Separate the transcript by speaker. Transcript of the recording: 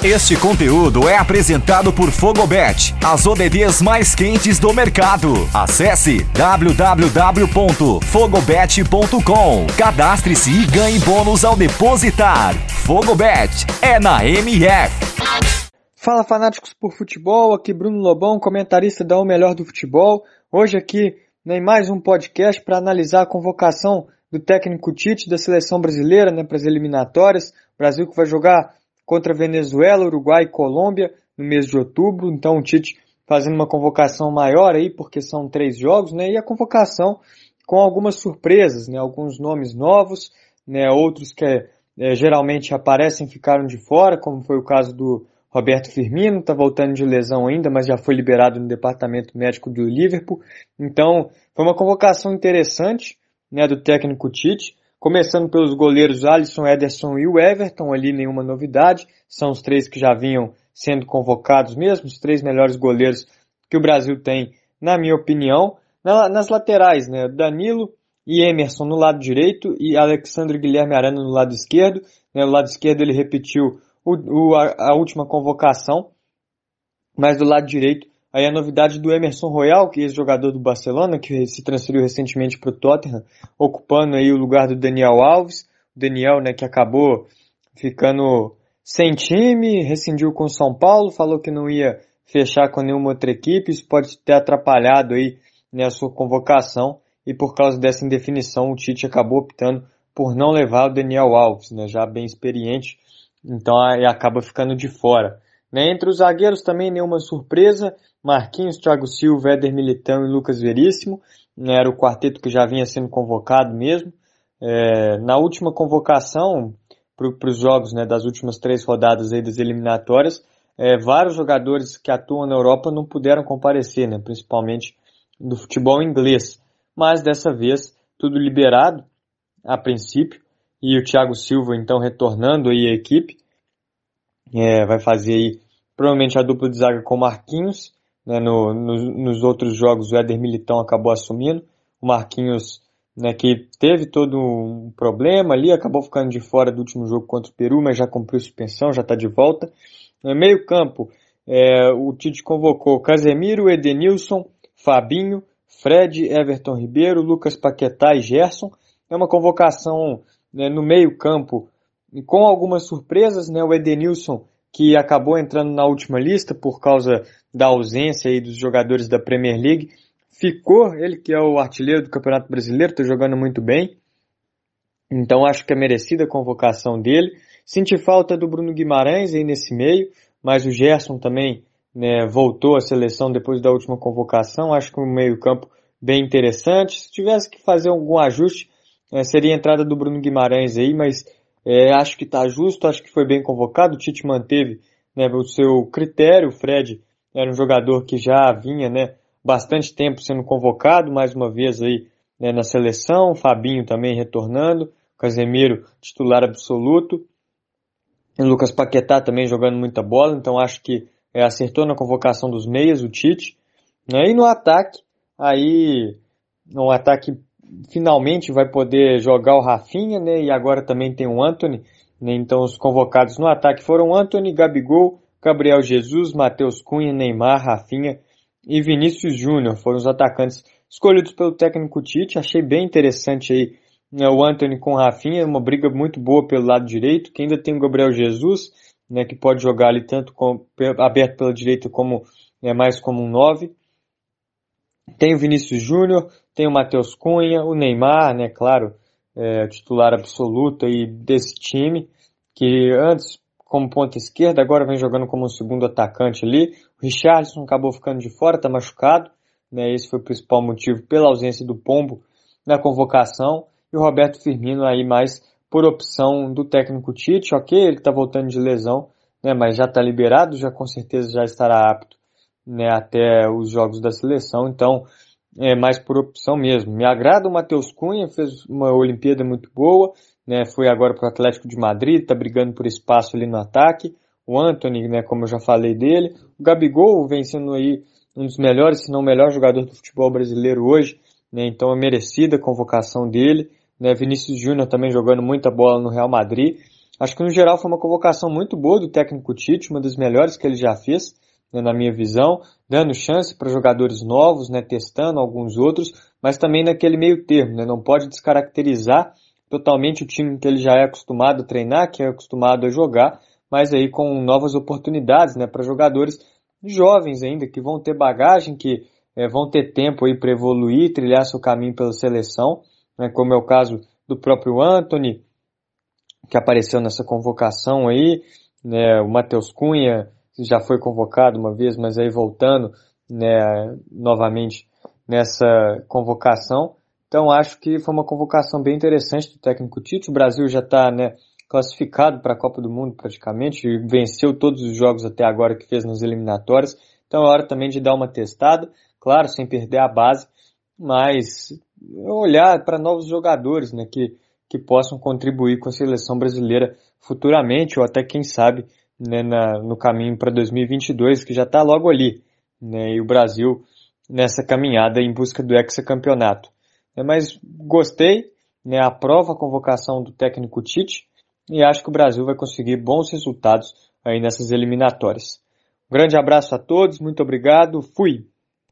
Speaker 1: Este conteúdo é apresentado por Fogobet, as ODDs mais quentes do mercado. Acesse www.fogobet.com. Cadastre-se e ganhe bônus ao depositar. Fogobet é na MF.
Speaker 2: Fala, fanáticos por futebol, aqui Bruno Lobão, comentarista da O Melhor do Futebol. Hoje aqui em mais um podcast para analisar a convocação do técnico Tite da seleção brasileira para as eliminatórias. Brasil que vai jogar contra Venezuela, Uruguai e Colômbia no mês de outubro. Então o Tite fazendo uma convocação maior aí, porque são 3 jogos, e a convocação com algumas surpresas, alguns nomes novos, outros que geralmente aparecem ficaram de fora, como foi o caso do Roberto Firmino, está voltando de lesão ainda, mas já foi liberado no departamento médico do Liverpool. Então foi uma convocação interessante do técnico Tite. Começando pelos goleiros Alisson, Ederson e o Everton, ali nenhuma novidade, são os 3 que já vinham sendo convocados mesmo, os 3 melhores goleiros que o Brasil tem, na minha opinião. Nas laterais, Danilo e Emerson no lado direito e Alexandre Guilherme Arana no lado esquerdo. No lado esquerdo ele repetiu a última convocação, mas do lado direito aí a novidade do Emerson Royal, que é ex-jogador do Barcelona, que se transferiu recentemente para o Tottenham, ocupando aí o lugar do Daniel Alves. O Daniel, que acabou ficando sem time, rescindiu com o São Paulo, falou que não ia fechar com nenhuma outra equipe. Isso pode ter atrapalhado aí a sua convocação, e por causa dessa indefinição o Tite acabou optando por não levar o Daniel Alves, já bem experiente, então aí acaba ficando de fora. Entre os zagueiros também nenhuma surpresa, Marquinhos, Thiago Silva, Éder Militão e Lucas Veríssimo, era o quarteto que já vinha sendo convocado mesmo. Na última convocação para os jogos das últimas 3 rodadas aí das eliminatórias, vários jogadores que atuam na Europa não puderam comparecer, principalmente do futebol inglês, mas dessa vez tudo liberado a princípio, e o Thiago Silva então retornando aí à equipe, vai fazer aí provavelmente a dupla de zaga com Marquinhos, nos outros jogos o Éder Militão acabou assumindo, o Marquinhos que teve todo um problema ali, acabou ficando de fora do último jogo contra o Peru, mas já cumpriu suspensão, já está de volta. No meio campo, o Tite convocou Casemiro, Edenilson, Fabinho, Fred, Everton Ribeiro, Lucas Paquetá e Gerson. É uma convocação no meio campo com algumas surpresas, o Edenilson, que acabou entrando na última lista por causa da ausência aí dos jogadores da Premier League, ficou, ele que é o artilheiro do Campeonato Brasileiro, está jogando muito bem, então acho que é merecida a convocação dele. Senti falta do Bruno Guimarães aí nesse meio, mas o Gerson também voltou à seleção depois da última convocação, acho que um meio campo bem interessante. Se tivesse que fazer algum ajuste, seria a entrada do Bruno Guimarães aí, mas acho que está justo, acho que foi bem convocado. O Tite manteve o seu critério. O Fred era um jogador que já vinha bastante tempo sendo convocado, mais uma vez aí na seleção. O Fabinho também retornando, Casemiro titular absoluto, e o Lucas Paquetá também jogando muita bola, então acho que acertou na convocação dos meias o Tite. E no ataque, aí no ataque finalmente vai poder jogar o Rafinha, e agora também tem o Antony, então os convocados no ataque foram Antony, Gabigol, Gabriel Jesus, Matheus Cunha, Neymar, Rafinha e Vinícius Júnior, foram os atacantes escolhidos pelo técnico Tite. Achei bem interessante aí o Antony com o Rafinha, uma briga muito boa pelo lado direito, que ainda tem o Gabriel Jesus, que pode jogar ali tanto aberto pela direita como mais como um 9. Tem o Vinícius Júnior, tem o Matheus Cunha, o Neymar, claro, titular absoluto aí desse time, que antes como ponta esquerda, agora vem jogando como um segundo atacante ali. O Richarlison acabou ficando de fora, está machucado, esse foi o principal motivo pela ausência do Pombo na convocação, e o Roberto Firmino aí mais por opção do técnico Tite. Ok, ele está voltando de lesão, mas já está liberado, já com certeza já estará apto até os jogos da seleção, então mais por opção mesmo. Me agrada o Matheus Cunha, fez uma Olimpíada muito boa, foi agora para o Atlético de Madrid, está brigando por espaço ali no ataque. O Antony, como eu já falei dele. O Gabigol vem sendo aí um dos melhores, se não o melhor jogador do futebol brasileiro hoje, então é merecida a convocação dele. Vinícius Júnior também jogando muita bola no Real Madrid. Acho que no geral foi uma convocação muito boa do técnico Tite, uma das melhores que ele já fez, né, na minha visão, dando chance para jogadores novos, né, testando alguns outros, mas também naquele meio termo, né, não pode descaracterizar totalmente o time que ele já é acostumado a treinar, que é acostumado a jogar, mas aí com novas oportunidades, né, para jogadores jovens ainda, que vão ter bagagem, que vão ter tempo aí para evoluir, trilhar seu caminho pela seleção, né, como é o caso do próprio Antony, que apareceu nessa convocação aí, né, o Matheus Cunha já foi convocado uma vez, mas aí voltando, né, novamente nessa convocação. Então acho que foi uma convocação bem interessante do técnico Tite. O Brasil já está, né, classificado para a Copa do Mundo praticamente, venceu todos os jogos até agora que fez nas eliminatórias. Então é hora também de dar uma testada, claro, sem perder a base, mas olhar para novos jogadores, né, que possam contribuir com a seleção brasileira futuramente, ou até, quem sabe, né, no caminho para 2022, que já está logo ali, né, e o Brasil nessa caminhada em busca do hexacampeonato. Mas gostei, né, aprovo a convocação do técnico Tite e acho que o Brasil vai conseguir bons resultados aí nessas eliminatórias. Um grande abraço a todos, muito obrigado, fui!